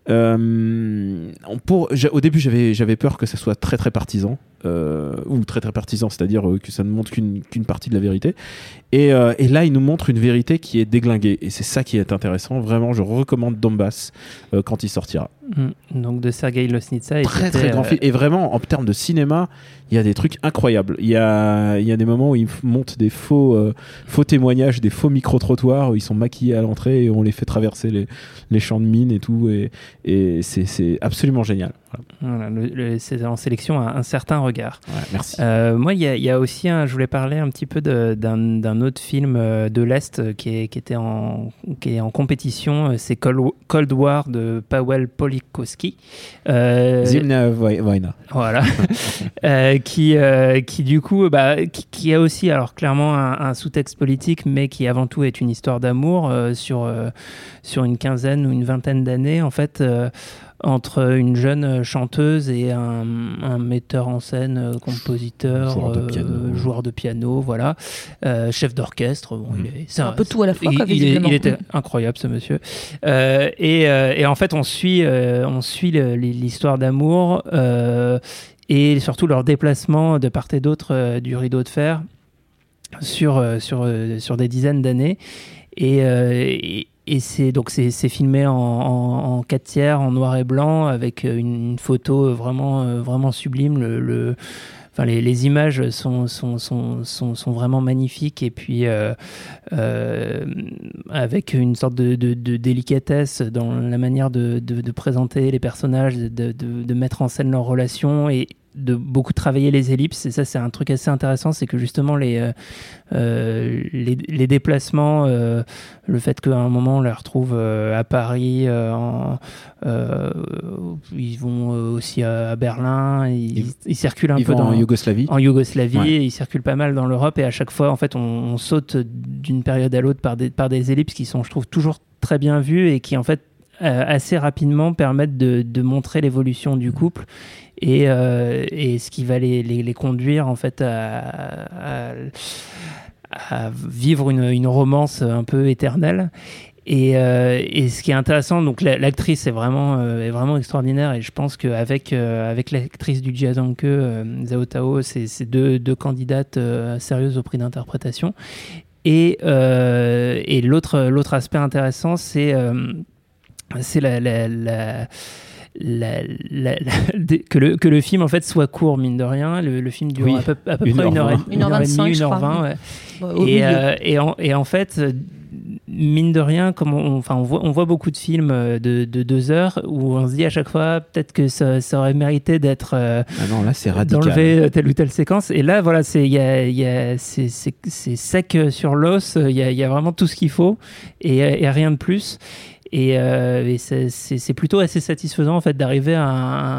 Euh, pour, au début, j'avais, j'avais peur que ça soit très très partisan. Euh, ou très très partisan, c'est-à-dire euh, que ça ne montre qu'une, qu'une partie de la vérité. Et, euh, et là, il nous montre une vérité qui est déglinguée. Et c'est ça qui est intéressant. Vraiment, je recommande Donbass euh, quand il sortira. Mmh. Donc de Sergueï Loznitsa. Très très grand euh... film. Et vraiment, en termes de cinéma, il y a des trucs incroyables. Il y a, il y a des moments où il monte des faux, euh, faux témoignages, des faux micro-trottoirs où ils sont maquillés à l'entrée et on les fait traverser les, les champs de mines et tout. Et, et c'est, c'est absolument génial. Voilà, le, le, c'est en sélection un, un certain regard. Ouais, merci. Euh, moi, il y, y a aussi, un, je voulais parler un petit peu de, d'un, d'un autre film de l'Est qui, est, qui, était en, qui est en compétition. C'est Cold War de Paweł Polikowski. Euh, Zimna Wojna. Voilà. euh, qui, euh, qui, du coup, bah, qui, qui a aussi, alors clairement, un, un sous-texte politique, mais qui avant tout est une histoire d'amour euh, sur, euh, sur une quinzaine ou une vingtaine d'années, en fait. Euh, entre une jeune chanteuse et un, un metteur en scène, compositeur, joueur de piano, euh, joueur de piano voilà, euh, chef d'orchestre. Bon, mmh. il est, c'est un, un peu tout à la fois. Il, quoi, il, est, il était incroyable, ce monsieur. Euh, et, euh, et en fait, on suit, euh, on suit le, l'histoire d'amour euh, et surtout leur déplacement de part et d'autre euh, du rideau de fer sur, euh, sur, euh, sur des dizaines d'années. Et, euh, et Et c'est donc c'est, c'est filmé en, en, en quatre tiers, en noir et blanc, avec une, une photo vraiment vraiment sublime. Le, le enfin les, les images sont sont, sont sont sont vraiment magnifiques et puis euh, euh, avec une sorte de, de, de délicatesse dans la manière de, de, de présenter les personnages, de, de, de mettre en scène leurs relations et de beaucoup travailler les ellipses. Et ça, c'est un truc assez intéressant, c'est que justement les euh, euh, les, les déplacements, euh, le fait qu'à un moment on les retrouve euh, à Paris, euh, en, euh, ils vont aussi à Berlin, ils, ils, ils circulent un ils peu vont dans en Yougoslavie, en Yougoslavie, ouais. Et ils circulent pas mal dans l'Europe. Et à chaque fois, en fait, on, on saute d'une période à l'autre par des par des ellipses qui sont, je trouve, toujours très bien vues et qui en fait euh, assez rapidement permettent de, de montrer l'évolution du couple. Et, euh, et ce qui va les, les, les conduire en fait à, à, à vivre une, une romance un peu éternelle. Et, euh, et ce qui est intéressant, donc la, l'actrice est vraiment, euh, est vraiment extraordinaire, et je pense qu'avec euh, avec l'actrice du Jiazangke, euh, Zhao Tao, c'est, c'est deux, deux candidates euh, sérieuses au prix d'interprétation. Et, euh, et l'autre, l'autre aspect intéressant, c'est, euh, c'est la, la, la La, la, la, que, le, que le film en fait soit court, mine de rien. Le, le film dure oui, à peu, à peu une près heure une heure, une heure vingt-cinq, une heure vingt. Ouais. Bon, et, euh, et, en, et en fait, mine de rien, comme on, enfin, on, voit, on voit beaucoup de films de, de deux heures où on se dit à chaque fois peut-être que ça, ça aurait mérité d'être euh, ah non, là, c'est radical. d'enlever telle ou telle séquence. Et là, voilà, c'est, y a, y a, c'est, c'est, c'est sec sur l'os. Il y a, y a vraiment tout ce qu'il faut et, et rien de plus. Et, euh, et c'est, c'est, c'est plutôt assez satisfaisant en fait d'arriver à,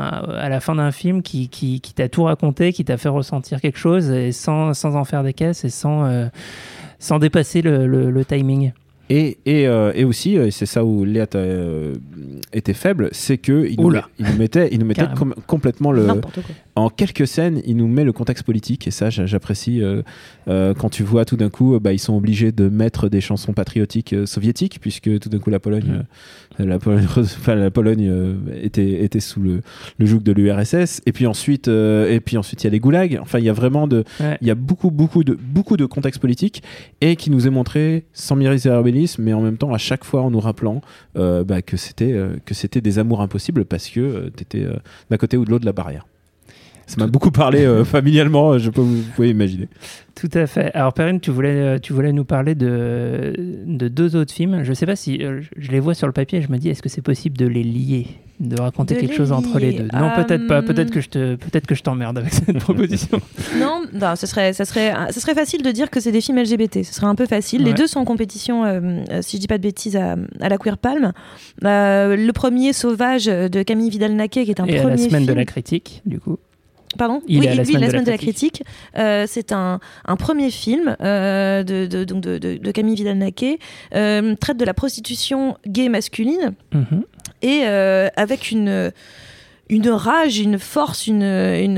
à la fin d'un film qui, qui, qui t'a tout raconté, qui t'a fait ressentir quelque chose et sans, sans en faire des caisses et sans, euh, sans dépasser le, le, le timing. Et, et, euh, et aussi, et c'est ça où Léa euh, était faible, c'est qu'il nous, il nous mettait, il nous mettait com- complètement le... En quelques scènes, il nous met le contexte politique, et ça j'apprécie. Euh, euh, quand tu vois tout d'un coup, bah, ils sont obligés de mettre des chansons patriotiques euh, soviétiques, puisque tout d'un coup la Pologne, mmh. euh, la Pologne, enfin, la Pologne euh, était, était sous le, le joug de l'U R S S. Et puis ensuite, euh, et puis ensuite il y a les goulags. Enfin, il y a vraiment de, ouais. il y a beaucoup, beaucoup de, beaucoup de contexte politique, et qui nous est montré sans misérabilisme, mais en même temps à chaque fois en nous rappelant euh, bah, que c'était, euh, que c'était des amours impossibles parce que euh, t'étais euh, d'un côté ou de l'autre de la barrière. Ça m'a beaucoup parlé euh, familialement, je peux vous, vous pouvez imaginer. Tout à fait. Alors Perrine, tu voulais, tu voulais nous parler de, de deux autres films. Je ne sais pas si euh, je les vois sur le papier et je me dis, est-ce que c'est possible de les lier, de raconter de quelque chose lier. Entre les deux? Non, euh... peut-être pas. Peut-être que je te, peut-être que je t'emmerde avec cette proposition. Non, non, ce serait, ça serait, ça serait facile de dire que c'est des films L G B T. Ce serait un peu facile. Ouais. Les deux sont en compétition, euh, si je dis pas de bêtises, à, à la Queer Palm. Euh, le premier, Sauvage, de Camille Vidal-Naquet, qui est un et premier à la semaine film. de la critique, du coup. Pardon il oui, est à la lui, semaine, la de, semaine la de la critique. Euh, c'est un, un premier film euh, de, de, donc de, de, de Camille Vidal-Naquet, euh, traite de la prostitution gay masculine, mm-hmm. et euh, avec une, une rage, une force, une, une,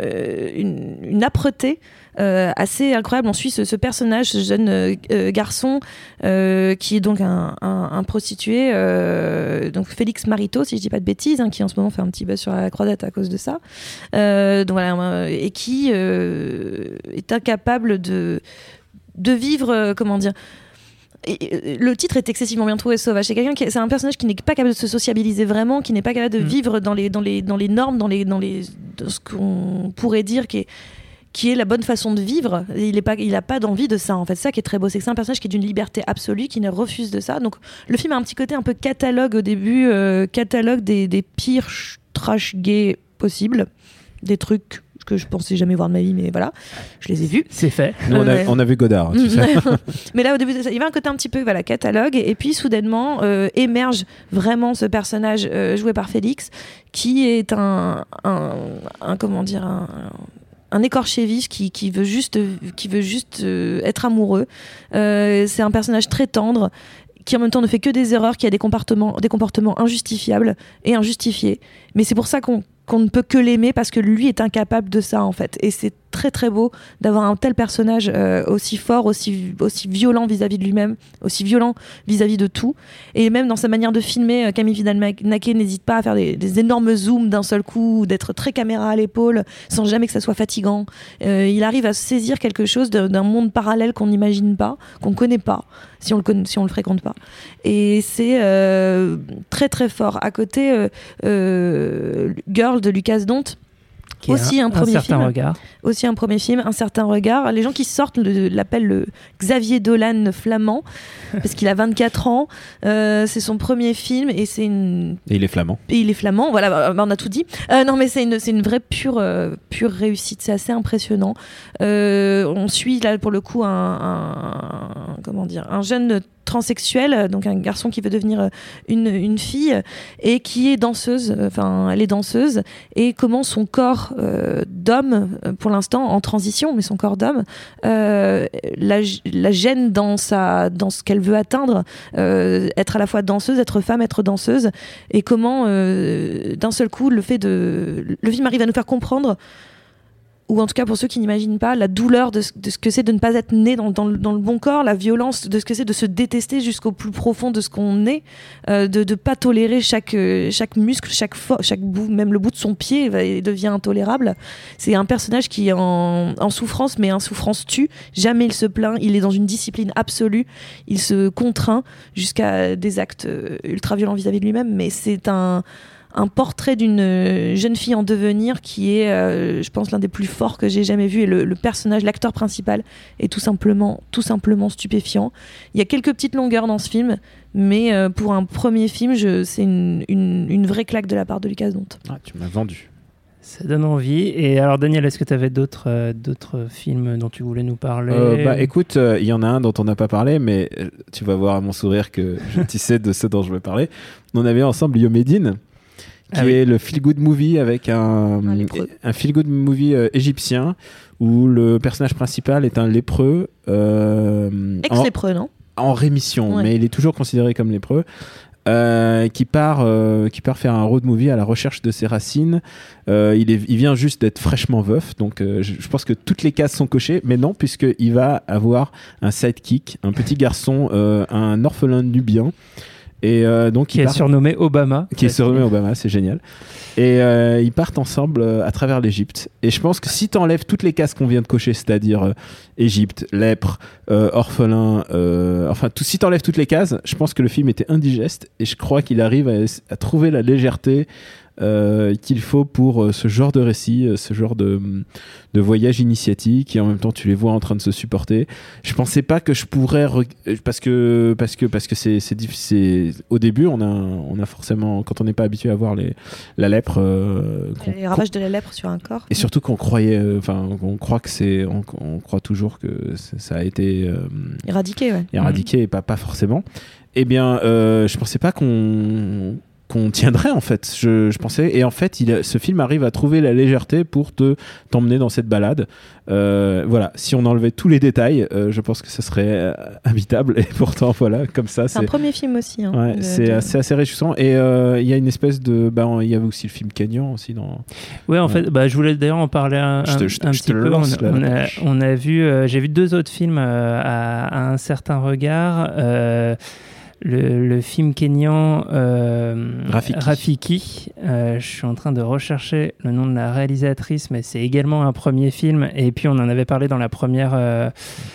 une, une âpreté Euh, assez incroyable. On suit ce, ce personnage, ce jeune euh, garçon euh, qui est donc un, un, un prostitué, euh, donc Félix Marito, si je dis pas de bêtises, hein, qui en ce moment fait un petit buzz sur la Croisette à cause de ça, euh, donc voilà, euh, et qui euh, est incapable de de vivre, euh, comment dire. Et le titre est excessivement bien trouvé, Sauvage. C'est quelqu'un qui, c'est un personnage qui n'est pas capable de se sociabiliser vraiment, qui n'est pas capable de mmh. vivre dans les dans les dans les normes, dans les dans les dans ce qu'on pourrait dire qui est qui est la bonne façon de vivre. Il n'a pas, il a pas d'envie de ça, en fait. C'est ça qui est très beau, c'est que c'est un personnage qui est d'une liberté absolue, qui ne refuse de ça. Donc, le film a un petit côté un peu catalogue au début, euh, catalogue des, des pires ch- trash gays possibles, des trucs que je pensais jamais voir de ma vie, mais voilà, je les ai vus. C'est fait. Nous, on, a, on a vu Godard, tu sais. Mais là, au début, il y avait un côté un petit peu voilà, catalogue, et puis soudainement euh, émerge vraiment ce personnage euh, joué par Félix, qui est un, un, un comment dire, un, un écorché vif qui, qui veut juste, qui veut juste euh, être amoureux. Euh, c'est un personnage très tendre, qui en même temps ne fait que des erreurs, qui a des comportements, des comportements injustifiables et injustifiés. Mais c'est pour ça qu'on qu'on ne peut que l'aimer, parce que lui est incapable de ça, en fait. Et c'est très très beau d'avoir un tel personnage euh, aussi fort, aussi, aussi violent vis-à-vis de lui-même, aussi violent vis-à-vis de tout. Et même dans sa manière de filmer, Camille Vidal-Naquet n'hésite pas à faire des, des énormes zooms d'un seul coup, d'être très caméra à l'épaule, sans jamais que ça soit fatigant. Euh, il arrive à saisir quelque chose de, d'un monde parallèle qu'on n'imagine pas, qu'on ne connaît pas, si on le connaît, si on le fréquente pas. Et c'est euh, très très fort. À côté, euh, euh, Girl de Lucas Dont, qui aussi un, un premier un certain film, regard. aussi un premier film, un certain regard. Les gens qui sortent le, l'appellent le Xavier Dolan flamand, parce qu'il a vingt-quatre ans. Euh, c'est son premier film et c'est une. Et il est flamand. Et il est flamand. Voilà, on a tout dit. Euh, non, mais c'est une, c'est une vraie pure, euh, pure réussite. C'est assez impressionnant. Euh, on suit là pour le coup un, un comment dire, un jeune transsexuelle, donc un garçon qui veut devenir une, une fille et qui est danseuse, enfin elle est danseuse, et comment son corps euh, d'homme, pour l'instant en transition, mais son corps d'homme euh, la, la gêne dans, sa, dans ce qu'elle veut atteindre, euh, être à la fois danseuse, être femme, être danseuse, et comment euh, d'un seul coup le fait de... Le film arrive à nous faire comprendre ou en tout cas pour ceux qui n'imaginent pas, la douleur de ce, de ce que c'est de ne pas être né dans, dans, dans le bon corps, la violence de ce que c'est de se détester jusqu'au plus profond de ce qu'on est, euh, de ne pas tolérer chaque, euh, chaque muscle, chaque, fo- chaque bout, même le bout de son pied va, devient intolérable. C'est un personnage qui est en, en souffrance, mais en souffrance tue. Jamais il se plaint, il est dans une discipline absolue, il se contraint jusqu'à des actes ultra violents vis-à-vis de lui-même, mais c'est un... un portrait d'une jeune fille en devenir qui est, euh, je pense, l'un des plus forts que j'ai jamais vu. Et le, le personnage, l'acteur principal, est tout simplement, tout simplement stupéfiant. Il y a quelques petites longueurs dans ce film, mais euh, pour un premier film, je, c'est une, une, une vraie claque de la part de Lucas Dont. Ah, tu m'as vendu. Ça donne envie. Et alors, Daniel, est-ce que tu avais d'autres, euh, d'autres films dont tu voulais nous parler ? euh, Bah écoute, il euh, y en a un dont on n'a pas parlé, mais euh, tu vas voir à mon sourire que je tissais de ce dont je vais parler. On avait ensemble Yomédine, qui ah oui. est le feel-good movie avec un, un, un feel-good movie euh, égyptien où le personnage principal est un lépreux. Euh, Ex-lépreux, non ? En rémission, ouais. mais il est toujours considéré comme lépreux. Euh, qui part, euh, qui part faire un road movie à la recherche de ses racines. Euh, il, est, il vient juste d'être fraîchement veuf, donc euh, je, je pense que toutes les cases sont cochées, mais non, puisqu'il va avoir un sidekick, un petit garçon, euh, un orphelin nubien. Et euh, donc qui il est part... surnommé Obama. Qui est surnommé Obama, c'est génial. Et euh, ils partent ensemble euh, à travers l'Égypte. Et je pense que si tu enlèves toutes les cases qu'on vient de cocher, c'est-à-dire euh, Égypte, lèpre, euh, orphelin, euh, enfin, tout, si tu enlèves toutes les cases, je pense que le film était indigeste. Et je crois qu'il arrive à, à trouver la légèreté euh, qu'il faut pour euh, ce genre de récit, euh, ce genre de, de voyage initiatique. Et en même temps, tu les vois en train de se supporter. Je pensais pas que je pourrais... Re... Parce que, parce que, parce que c'est, c'est difficile. Au début, on a, on a forcément... Quand on n'est pas habitué à voir les, la lèpre... Euh, les ravages de la lèpre sur un corps. Et surtout qu'on croyait... Enfin, euh, on croit que c'est... On, on croit toujours que ça a été... Euh, éradiqué, ouais. Éradiqué, mmh. et pas, pas forcément. Eh bien, euh, je pensais pas qu'on... qu'on tiendrait en fait, je, je pensais, et en fait il, ce film arrive à trouver la légèreté pour te t'emmener dans cette balade. Euh, voilà, si on enlevait tous les détails, euh, je pense que ça serait euh, habitable, et pourtant voilà, comme ça c'est, c'est un premier film aussi, hein, ouais, de, c'est, de... assez, assez réjouissant. Et il euh, y a une espèce de bah, il y avait aussi le film Kenyan aussi dans ouais en ouais. fait bah, je voulais d'ailleurs en parler un, je te, je te, un je petit te peu lance, on, là, on, a, on a vu euh, j'ai vu deux autres films euh, à, à un certain regard. euh, Le, le film kényan euh, Rafiki, Rafiki. Euh, je suis en train de rechercher le nom de la réalisatrice, mais c'est également un premier film, et puis on en avait parlé dans la première, euh,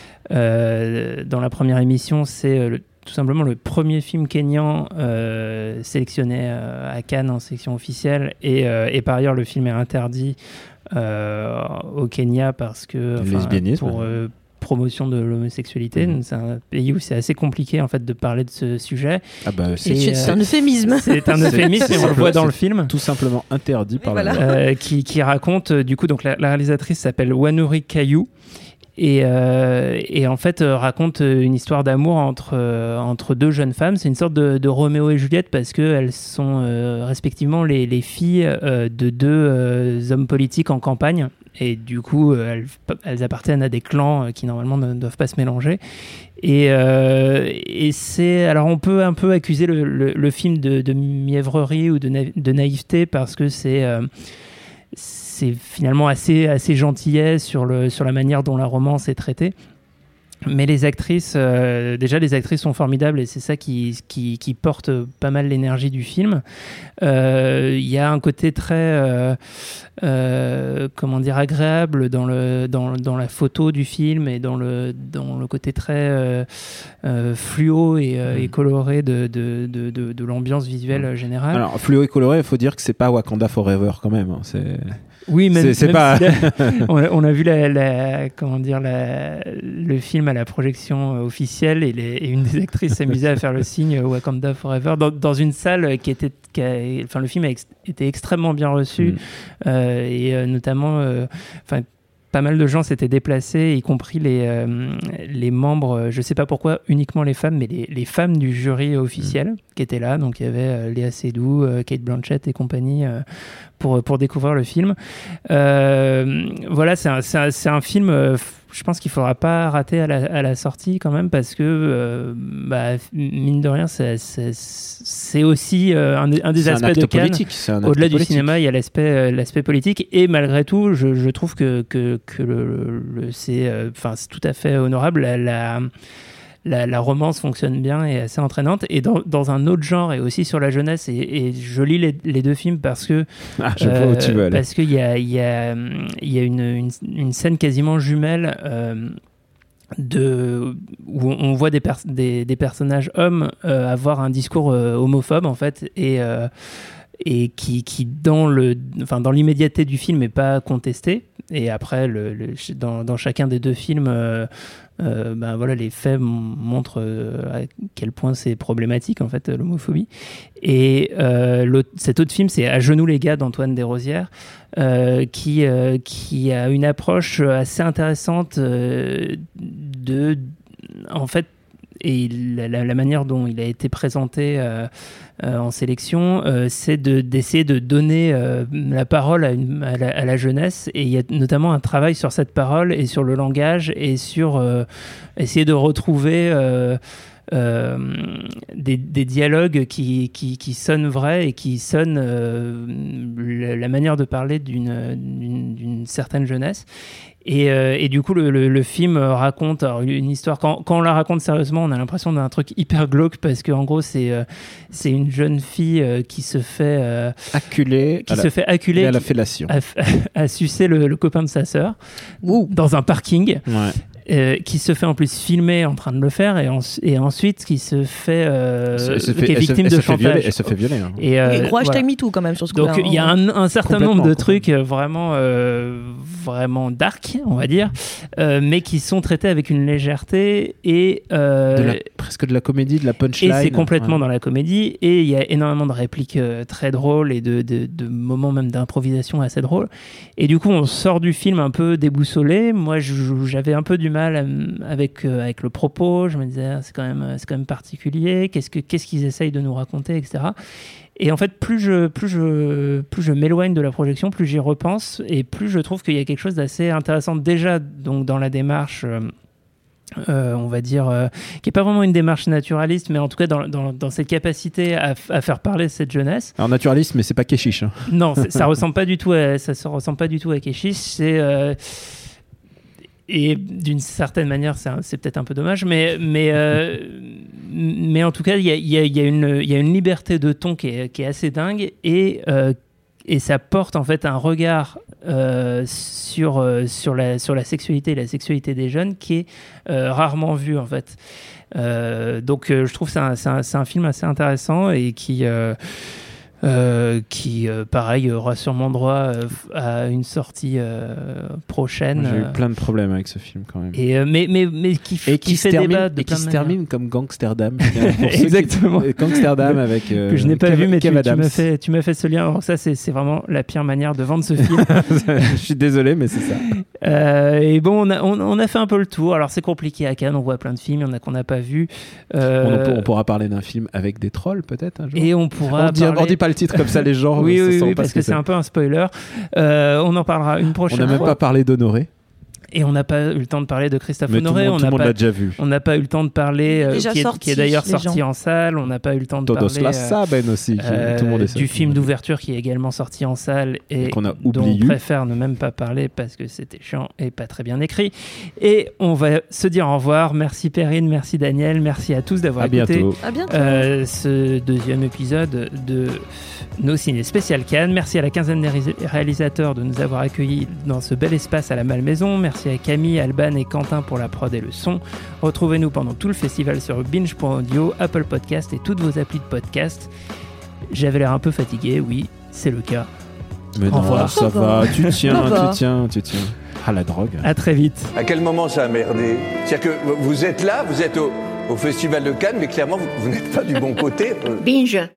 euh, dans la première émission. C'est le, tout simplement le premier film kényan euh, sélectionné euh, à Cannes en sélection officielle, et, euh, et par ailleurs le film est interdit euh, au Kenya parce que pour, euh, promotion de l'homosexualité. Mmh. C'est un pays où c'est assez compliqué en fait de parler de ce sujet. Ah bah, c'est, et, c'est euh, un euphémisme. C'est un euphémisme, et on le voit dans le film. Tout simplement interdit par oui, la voilà. loi. Euh, qui, qui raconte du coup donc la, la réalisatrice s'appelle Wanuri Kayu. Et, euh, et en fait euh, raconte une histoire d'amour entre, euh, entre deux jeunes femmes. C'est une sorte de, de Roméo et Juliette parce qu'elles sont euh, respectivement les, les filles euh, de deux euh, hommes politiques en campagne. Et du coup, euh, elles, elles appartiennent à des clans euh, qui normalement ne doivent pas se mélanger. Et, euh, et c'est... Alors on peut un peu accuser le, le, le film de, de mièvrerie ou de, na- de naïveté parce que c'est... Euh, c'est finalement assez, assez gentillet sur, le, sur la manière dont la romance est traitée. Mais les actrices, euh, déjà les actrices sont formidables, et c'est ça qui, qui, qui porte pas mal l'énergie du film. Il euh, y a un côté très, euh, euh, comment dire, agréable dans, le, dans, dans la photo du film, et dans le, dans le côté très euh, euh, fluo et, euh, et coloré de, de, de, de, de l'ambiance visuelle générale. Alors fluo et coloré, il faut dire que c'est pas Wakanda Forever quand même. Hein. C'est... Oui, même, c'est, c'est même pas. Si la, on, a, on a vu la, la, comment dire, la, le film à la projection officielle, et, les, et une des actrices s'amusait à faire le signe Wakanda Forever dans, dans une salle qui était, qui a, enfin le film a ex, était extrêmement bien reçu, mmh. euh, et euh, notamment, enfin. Euh, pas mal de gens s'étaient déplacés, y compris les, euh, les membres, je ne sais pas pourquoi, uniquement les femmes, mais les, les femmes du jury officiel mmh. qui étaient là. Donc il y avait euh, Léa Seydoux, euh, Cate Blanchett et compagnie euh, pour, pour découvrir le film. Euh, voilà, c'est un, c'est un, c'est un film... Euh, je pense qu'il ne faudra pas rater à la, à la sortie quand même, parce que, euh, bah, mine de rien, c'est, c'est, c'est aussi euh, un, un des c'est aspects un acte de Cannes. politique, c'est un acte Au-delà politique. du cinéma, il y a l'aspect, euh, l'aspect politique. Et malgré tout, je, je trouve que, que, que le, le, c'est, euh, c'est tout à fait honorable. La, la, La, la romance fonctionne bien et est assez entraînante. Et dans, dans un autre genre, et aussi sur la jeunesse, et, et je lis les, les deux films parce que ah, je vois où tu veux aller. Parce qu'il y a, il y a, il y a une, une, une scène quasiment jumelle euh, de, où on voit des, pers- des, des personnages hommes euh, avoir un discours euh, homophobe, en fait, et, euh, et qui, qui dans, le, enfin, dans l'immédiateté du film n'est pas contesté. Et après, le, le, dans, dans chacun des deux films, euh, euh, ben voilà, les faits m- montrent euh, à quel point c'est problématique, en fait, l'homophobie. Et euh, l'autre, cet autre film, c'est À genoux les gars d'Antoine Desrosières, euh, qui, euh, qui a une approche assez intéressante euh, de, en fait, et la, la, la manière dont il a été présenté euh, euh, en sélection, euh, c'est de, d'essayer de donner euh, la parole à, une, à, la, à la jeunesse. Et il y a notamment un travail sur cette parole et sur le langage et sur euh, essayer de retrouver euh, euh, des, des dialogues qui, qui, qui sonnent vrais et qui sonnent euh, la, la manière de parler d'une, d'une, d'une certaine jeunesse. Et, euh, et du coup, le, le, le film raconte alors, une histoire. Quand, quand on la raconte sérieusement, on a l'impression d'un truc hyper glauque, parce qu'en gros, c'est, euh, c'est une jeune fille euh, qui se fait euh, acculer, qui se la, fait acculer, à la fellation, à, à sucer le, le copain de sa sœur dans un parking. Ouais. Euh, qui se fait en plus filmer en train de le faire, et, en, et ensuite qui se fait, euh, se, se fait qui est victime elle de se chantage. Violer, elle se fait violer. Hein. Et, euh, et gros hashtag MeToo quand même sur ce coup-là. Donc il y a un, un certain nombre de trucs vraiment, euh, vraiment dark, on va dire, euh, mais qui sont traités avec une légèreté et euh, de la, presque de la comédie, de la punchline. Et c'est complètement ouais. dans la comédie, et il y a énormément de répliques euh, très drôles et de, de, de moments même d'improvisation assez drôles. Et du coup, on sort du film un peu déboussolé. Moi, j'avais un peu du mal avec, euh, avec le propos. Je me disais, ah, c'est, quand même, c'est quand même particulier. Qu'est-ce, que, qu'est-ce qu'ils essayent de nous raconter, et cetera. Et en fait, plus je, plus, je, plus je m'éloigne de la projection, plus j'y repense, et plus je trouve qu'il y a quelque chose d'assez intéressant déjà donc, dans la démarche... Euh, Euh, on va dire, euh, qui n'est pas vraiment une démarche naturaliste, mais en tout cas dans, dans, dans cette capacité à, f- à faire parler cette jeunesse. Alors naturaliste, mais c'est pas Keshish. Hein. Non, ça ressemble pas du tout à, ça se ressemble pas du tout à Keshish. C'est euh, et d'une certaine manière, c'est, un, c'est peut-être un peu dommage, mais mais euh, mais en tout cas, il y a, y, a, y, a une, y a une liberté de ton qui est, qui est assez dingue, et euh, et ça porte en fait un regard euh, sur, euh, sur, la, sur la sexualité et la sexualité des jeunes qui est euh, rarement vu en fait. Euh, donc euh, je trouve que c'est un, c'est, un, c'est un film assez intéressant et qui, euh, euh, qui euh, pareil, aura sûrement droit euh, à une sortie euh, prochaine. J'ai eu plein de problèmes avec ce film quand même. Et, euh, mais, mais, mais qui, et qui, qui fait termine, débat de et plein qui de se manières. termine comme Gangsterdam. Exactement. Qui, Gangsterdam avec euh, que je n'ai pas Kev, vu, mais tu, Kev tu, m'as fait, tu m'as fait ce lien. Alors ça, c'est, c'est vraiment la pire manière de vendre ce film. Je suis désolé, mais c'est ça. Euh, et bon, on a, on, on a fait un peu le tour. Alors c'est compliqué à Cannes, on voit plein de films, il y en a qu'on n'a pas vu. Euh, on, on, on pourra parler d'un film avec des trolls peut-être un jour. Et on pourra. On dit, parler... on dit pas le titre comme ça, les gens. oui, oui, oui, oui, parce que, que c'est un peu un spoiler. Euh, on en parlera une prochaine fois. On n'a même pas parlé d'Honoré. Et on n'a pas eu le temps de parler de Christophe mais Honoré. Tout le monde, on tout le monde pas, l'a déjà vu. On n'a pas eu le temps de parler, euh, qui, est, sorti, qui est d'ailleurs sorti gens. en salle. On n'a pas eu le temps de Todos parler la saben aussi, qui, euh, tout le monde est du film d'ouverture qui est également sorti en salle et, et qu'on a dont oublié. on préfère ne même pas parler parce que c'était chiant et pas très bien écrit. Et on va se dire au revoir. Merci Perrine, merci Daniel, merci à tous d'avoir à écouté bientôt. À bientôt. Euh, ce deuxième épisode de Nos Ciné Spécial Cannes. Merci à la quinzaine des ré- réalisateurs de nous avoir accueillis dans ce bel espace à la Malmaison. Merci à Camille, Alban et Quentin pour la prod et le son. Retrouvez-nous pendant tout le festival sur binge point audio, Apple Podcast et toutes vos applis de podcast. J'avais l'air un peu fatigué, oui, c'est le cas. Mais Au non, revoir. ça va, tu tiens, va. tu tiens, tu tiens. Ah, la drogue. À très vite. À quel moment ça a merdé ? C'est-à-dire que vous êtes là, vous êtes au, au Festival de Cannes, mais clairement, vous, vous n'êtes pas du bon côté. Binge.